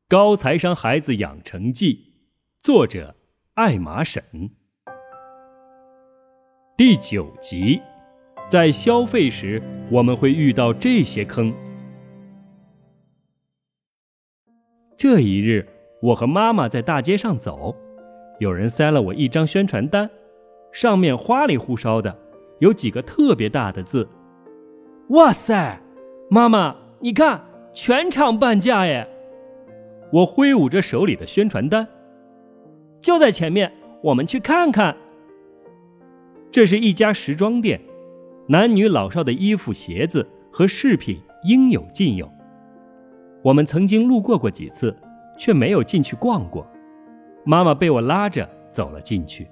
高财商孩子养成记，作者艾玛沈。第9集，在消费时我们会遇到这些坑。这一日，我和妈妈在大街上走，有人塞了我一张宣传单，上面花里胡哨的，有几个特别大的字。哇塞，妈妈，你看，全场半价耶！我挥舞着手里的宣传单，就在前面，我们去看看。这是一家时装店，男女老少的衣服、鞋子和饰品应有尽有。我们曾经路过几次，却没有进去逛过。妈妈被我拉着走了进去。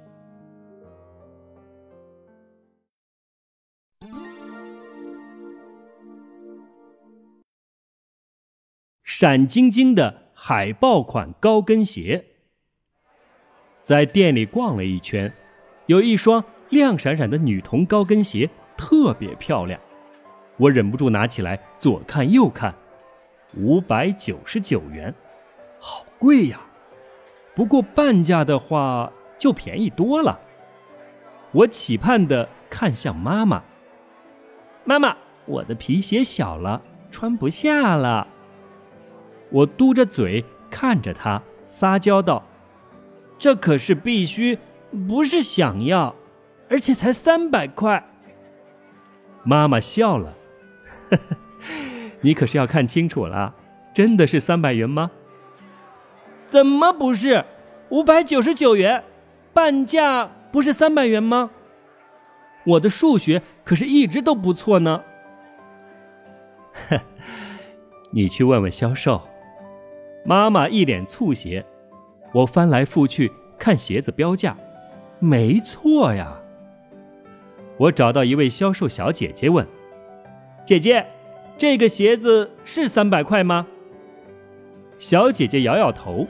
闪晶晶的海豹款高跟鞋。在店里逛了一圈，有一双亮闪闪的女童高跟鞋，特别漂亮。我忍不住拿起来左看右看，599元，好贵呀！不过半价的话就便宜多了。我期盼地看向妈妈，妈妈，我的皮鞋小了，穿不下了。我嘟着嘴看着她，撒娇道：这可是必须，不是想要，而且才300块。妈妈笑了，呵呵，你可是要看清楚了，真的是300元吗？怎么不是？599元，半价不是300元吗？我的数学可是一直都不错呢。呵，你去问问销售。妈妈一脸醋邪，我翻来覆去看鞋子标价，没错呀。我找到一位销售小姐姐问：姐姐，这个鞋子是300块吗？小姐姐摇摇头。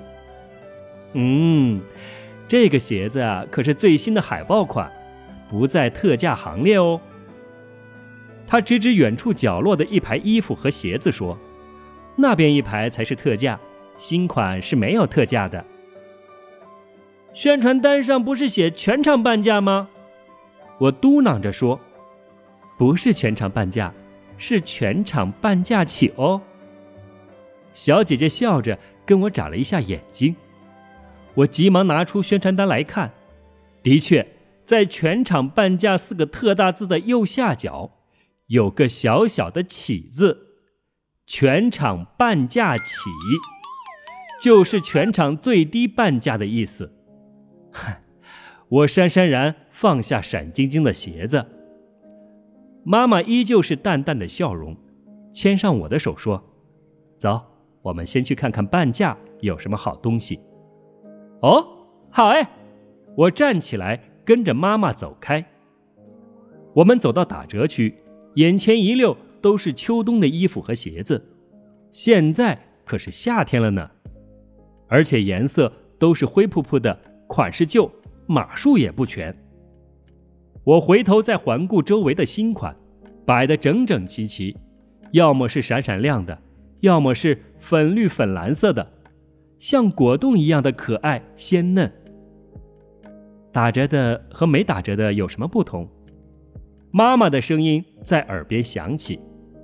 这个鞋子啊，可是最新的海豹款，不在特价行列哦。她指指远处角落的一排衣服和鞋子说：那边一排才是特价，新款是没有特价的。宣传单上不是写全场半价吗？我嘟囔着说：不是全场半价，是全场半价起哦。小姐姐笑着跟我眨了一下眼睛。我急忙拿出宣传单来看，的确，在全场半价4个特大字的右下角，有个小小的起字，全场半价起，就是全场最低半价的意思。我潸潸然放下闪晶晶的鞋子。妈妈依旧是淡淡的笑容，牵上我的手说：走，我们先去看看半价有什么好东西。哦，好哎！我站起来跟着妈妈走开。我们走到打折区，眼前一溜都是秋冬的衣服和鞋子，现在可是夏天了呢，而且颜色都是灰扑扑的，款式旧，码数也不全。我回头再环顾周围的新款，摆得整整齐齐，要么是闪闪亮的，要么是粉绿粉蓝色的，像果冻一样的可爱鲜嫩。打折的和没打折的有什么不同？妈妈的声音在耳边响起。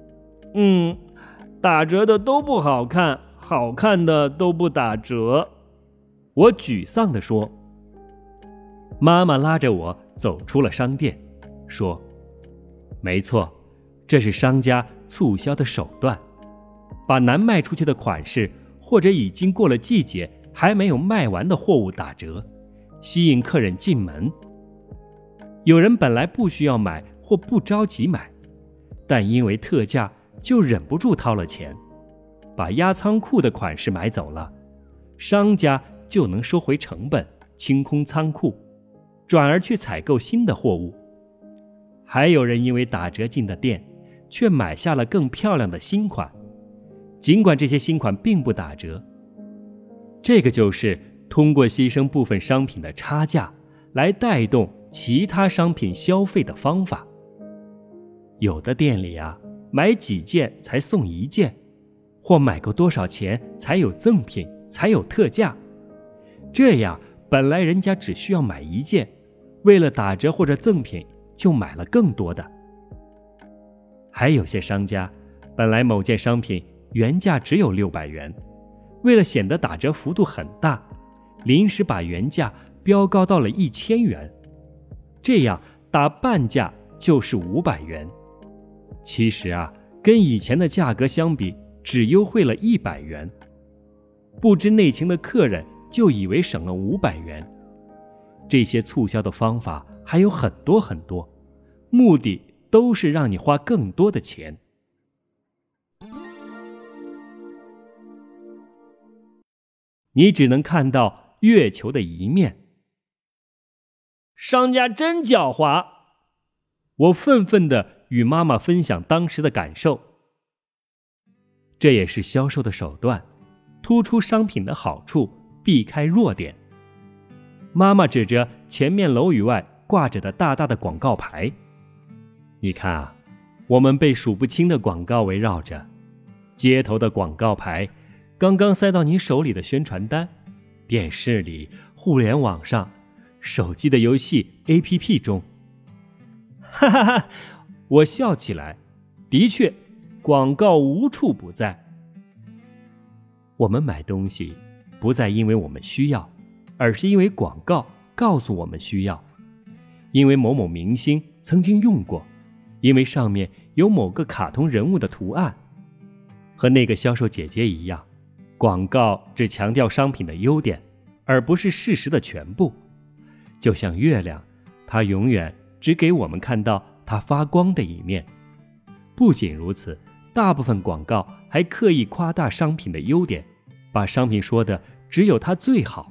打折的都不好看，好看的都不打折。我沮丧地说。妈妈拉着我走出了商店，说：没错，这是商家促销的手段，把难卖出去的款式或者已经过了季节还没有卖完的货物打折，吸引客人进门。有人本来不需要买或不着急买，但因为特价就忍不住掏了钱，把压仓库的款式买走了，商家就能收回成本，清空仓库，转而去采购新的货物。还有人因为打折进的店，却买下了更漂亮的新款，尽管这些新款并不打折。这个就是通过牺牲部分商品的差价来带动其他商品消费的方法。有的店里啊，买几件才送1件， 或买够多少钱才有赠品，才有特价。这样本来人家只需要买一件，为了打折或者赠品就买了更多的。还有些商家本来某件商品原价只有600元，为了显得打折幅度很大，临时把原价标高到了1000元，这样打半价就是500元。其实啊，跟以前的价格相比，只优惠了100元。不知内情的客人就以为省了500元。这些促销的方法还有很多很多，目的都是让你花更多的钱。你只能看到月球的一面。商家真狡猾！我愤愤地与妈妈分享当时的感受。这也是销售的手段，突出商品的好处，避开弱点。妈妈指着前面楼宇外挂着的大大的广告牌，你看啊，我们被数不清的广告围绕着，街头的广告牌，刚刚塞到你手里的宣传单，电视里，互联网上，手机的游戏 APP 中。哈哈哈，我笑起来，的确，广告无处不在。我们买东西不再因为我们需要，而是因为广告告诉我们需要，因为某某明星曾经用过，因为上面有某个卡通人物的图案。和那个销售姐姐一样，广告只强调商品的优点，而不是事实的全部。就像月亮，它永远只给我们看到它发光的一面。不仅如此，大部分广告还刻意夸大商品的优点，把商品说的只有它最好。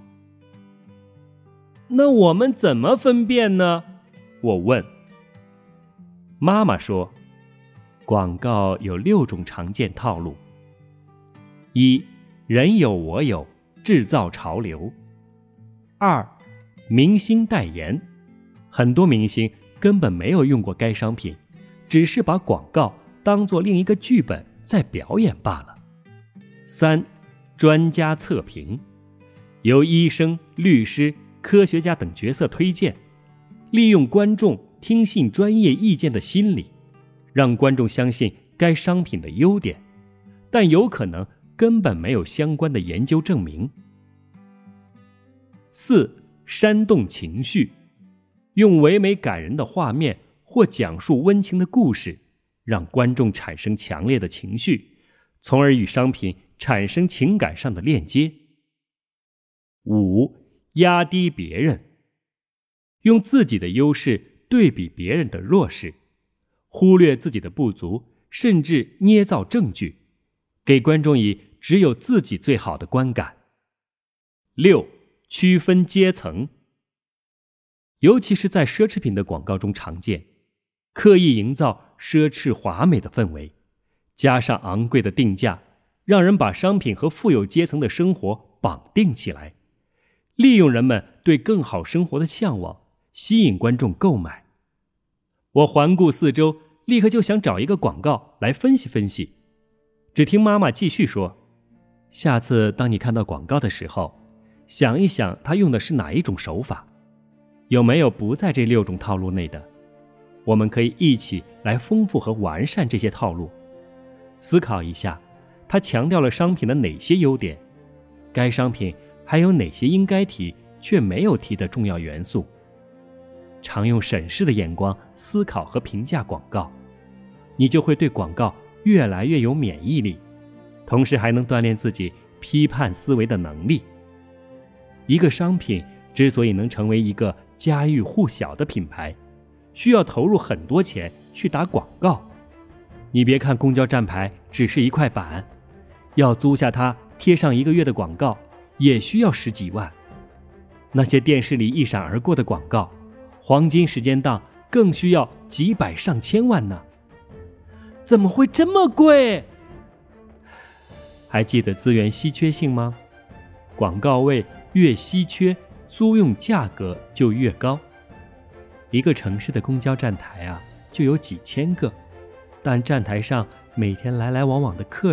那我们怎么分辨呢？我问。妈妈说，广告有6种常见套路。1. 人有我有，制造潮流。2. 明星代言，很多明星根本没有用过该商品，只是把广告当作另一个剧本在表演罢了。3. 专家测评，由医生、律师、科学家等角色推荐，利用观众听信专业意见的心理，让观众相信该商品的优点，但有可能根本没有相关的研究证明。4. 煽动情绪，用唯美感人的画面或讲述温情的故事，让观众产生强烈的情绪，从而与商品产生情感上的链接。5. 压低别人，用自己的优势对比别人的弱势，忽略自己的不足，甚至捏造证据，给观众以只有自己最好的观感。6. 区分阶层，尤其是在奢侈品的广告中常见，刻意营造奢侈华美的氛围，加上昂贵的定价，让人把商品和富有阶层的生活绑定起来，利用人们对更好生活的向往，吸引观众购买。我环顾四周，立刻就想找一个广告来分析分析。只听妈妈继续说，下次当你看到广告的时候，想一想它用的是哪一种手法，有没有不在这6种套路内的。我们可以一起来丰富和完善这些套路，思考一下它强调了商品的哪些优点，该商品还有哪些应该提却没有提的重要元素。常用审视的眼光思考和评价广告，你就会对广告越来越有免疫力，同时还能锻炼自己批判思维的能力。一个商品之所以能成为一个家喻户晓的品牌，需要投入很多钱去打广告。你别看公交站牌只是一块板，要租下它贴上1个月的广告，也需要10几万。那些电视里一闪而过的广告，黄金时间档更需要几百上千万呢。怎么会这么贵？还记得资源稀缺性吗？广告位越稀缺，租用价格就越高。一个城市的公交站台就有几千个，但站台上每天来来往往的客人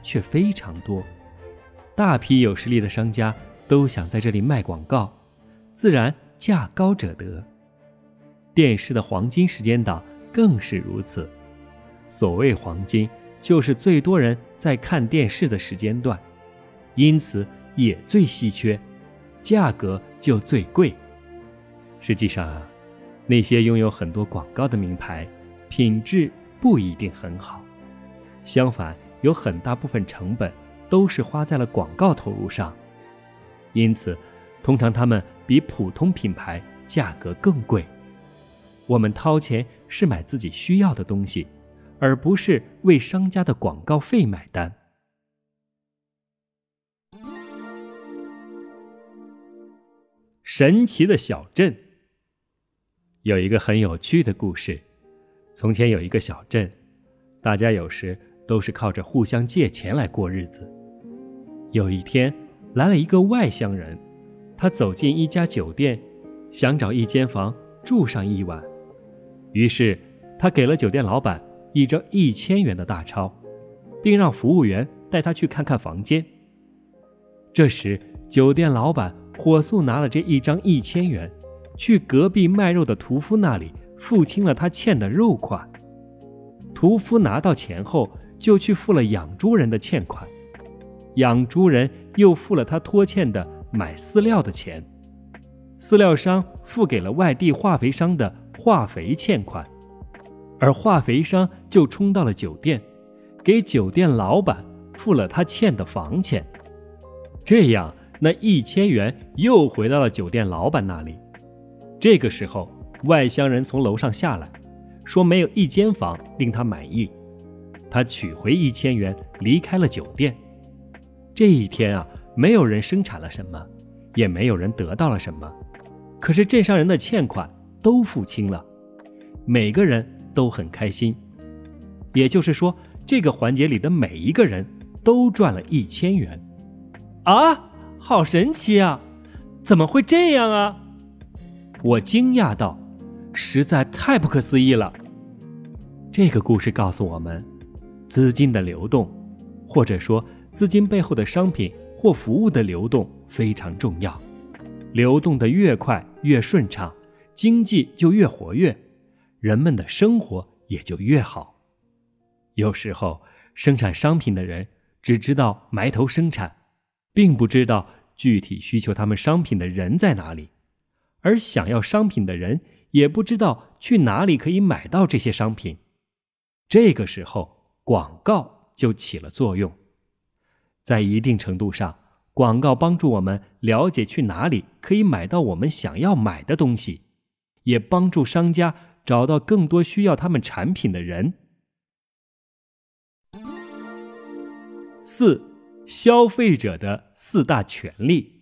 却非常多，大批有实力的商家都想在这里卖广告，自然价高者得。电视的黄金时间档更是如此，所谓黄金，就是最多人在看电视的时间段，因此也最稀缺，价格就最贵。实际上啊，那些拥有很多广告的名牌，品质不一定很好，相反，有很大部分成本都是花在了广告投入上，因此通常他们比普通品牌价格更贵。我们掏钱是买自己需要的东西，而不是为商家的广告费买单。神奇的小镇。有一个很有趣的故事。从前有一个小镇，大家有时都是靠着互相借钱来过日子。有一天，来了一个外乡人，他走进一家酒店，想找一间房住上一晚。于是他给了酒店老板一张1000元的大钞，并让服务员带他去看看房间。这时酒店老板火速拿了这一张1000元，去隔壁卖肉的屠夫那里付清了他欠的肉款。屠夫拿到钱后，就去付了养猪人的欠款，养猪人又付了他拖欠的买饲料的钱，饲料商付给了外地化肥商的化肥欠款，而化肥商就冲到了酒店，给酒店老板付了他欠的房钱。这样那1000元又回到了酒店老板那里。这个时候，外乡人从楼上下来，说没有一间房令他满意。他取回1000元，离开了酒店。这一天啊，没有人生产了什么，也没有人得到了什么，可是镇上人的欠款都付清了，每个人都很开心。也就是说，这个环节里的每一个人都赚了1000元。啊，好神奇啊！怎么会这样啊？我惊讶道，实在太不可思议了。这个故事告诉我们，资金的流动，或者说资金背后的商品或服务的流动非常重要。流动的越快越顺畅，经济就越活跃，人们的生活也就越好。有时候生产商品的人只知道埋头生产，并不知道具体需求他们商品的人在哪里，而想要商品的人也不知道去哪里可以买到这些商品。这个时候，广告就起了作用。在一定程度上，广告帮助我们了解去哪里可以买到我们想要买的东西，也帮助商家找到更多需要他们产品的人。4. 消费者的4大权利。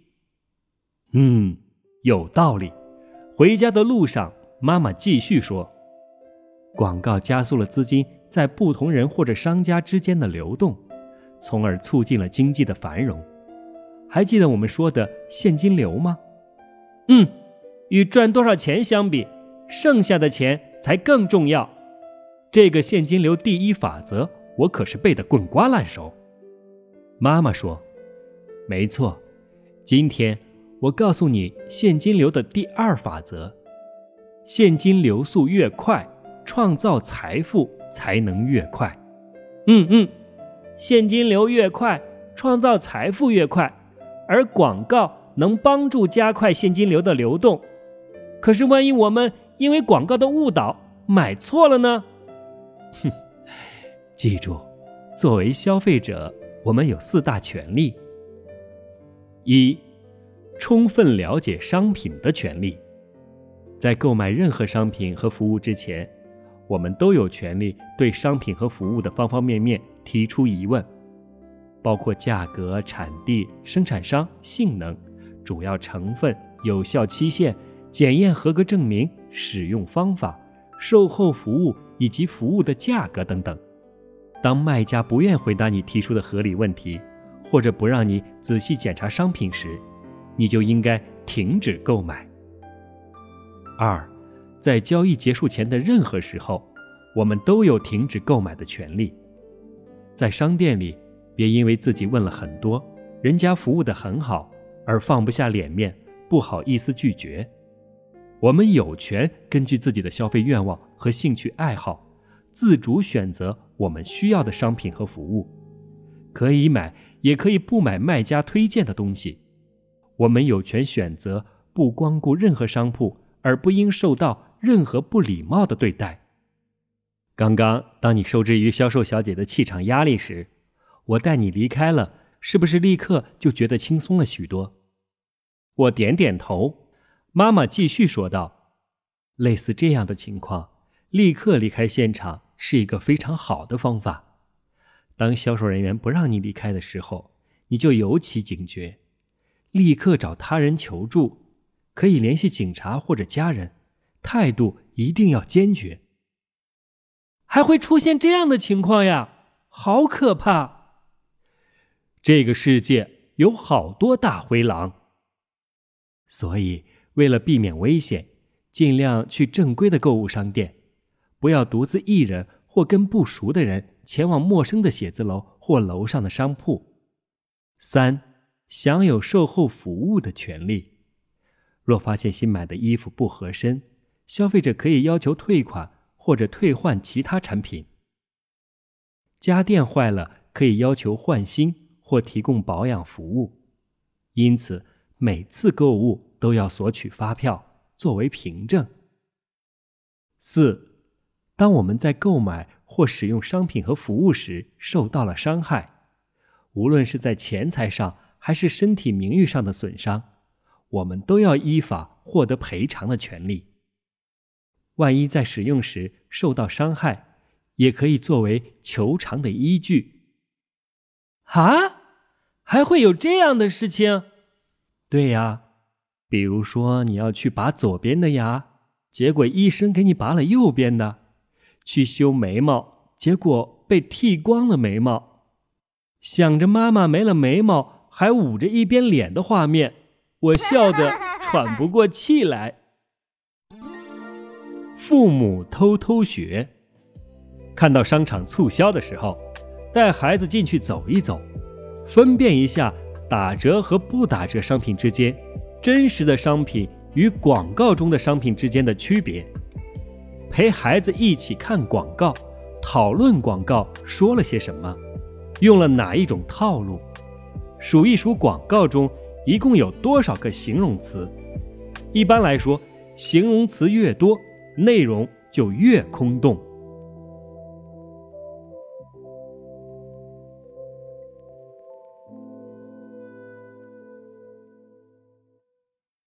有道理。回家的路上，妈妈继续说，广告加速了资金在不同人或者商家之间的流动，从而促进了经济的繁荣。还记得我们说的现金流吗？与赚多少钱相比，剩下的钱才更重要。这个现金流第一法则，我可是背得滚瓜烂熟。妈妈说，没错，今天我告诉你现金流的第2法则，现金流速越快，创造财富才能越快。现金流越快，创造财富越快，而广告能帮助加快现金流的流动。可是万一我们因为广告的误导买错了呢？记住，作为消费者，我们有4大权利。1. 充分了解商品的权利。在购买任何商品和服务之前，我们都有权利对商品和服务的方方面面提出疑问，包括价格、产地、生产商、性能、主要成分、有效期限、检验合格证明、使用方法、售后服务以及服务的价格等等。当卖家不愿回答你提出的合理问题，或者不让你仔细检查商品时，你就应该停止购买。2. 在交易结束前的任何时候，我们都有停止购买的权利。在商店里， 别因为自己问了很多，人家服务得很好，而放不下脸面，不好意思拒绝。我们有权根据自己的消费愿望和兴趣爱好，自主选择我们需要的商品和服务，可以买也可以不买卖家推荐的东西。我们有权选择不光顾任何商铺，而不应受到任何不礼貌的对待。刚刚当你受制于销售小姐的气场压力时，我带你离开了，是不是立刻就觉得轻松了许多？我点点头。妈妈继续说道，类似这样的情况，立刻离开现场是一个非常好的方法。当销售人员不让你离开的时候，你就尤其警觉，立刻找他人求助，可以联系警察或者家人，态度一定要坚决。还会出现这样的情况呀，好可怕！这个世界有好多大灰狼，所以为了避免危险，尽量去正规的购物商店，不要独自一人或跟不熟的人前往陌生的写字楼或楼上的商铺。3. 享有售后服务的权利。若发现新买的衣服不合身，消费者可以要求退款或者退换其他产品。家电坏了，可以要求换新或提供保养服务。因此，每次购物都要索取发票作为凭证。4. 当我们在购买或使用商品和服务时受到了伤害，无论是在钱财上还是身体名誉上的损伤，我们都要依法获得赔偿的权利。万一在使用时受到伤害，也可以作为求偿的依据。啊？还会有这样的事情？对呀，比如说你要去拔左边的牙，结果医生给你拔了右边的；去修眉毛，结果被剃光了眉毛；想着妈妈没了眉毛还捂着一边脸的画面，我笑得喘不过气来。父母偷偷学。看到商场促销的时候，带孩子进去走一走，分辨一下打折和不打折商品之间，真实的商品与广告中的商品之间的区别。陪孩子一起看广告，讨论广告说了些什么，用了哪一种套路，数一数广告中一共有多少个形容词。一般来说，形容词越多，内容就越空洞。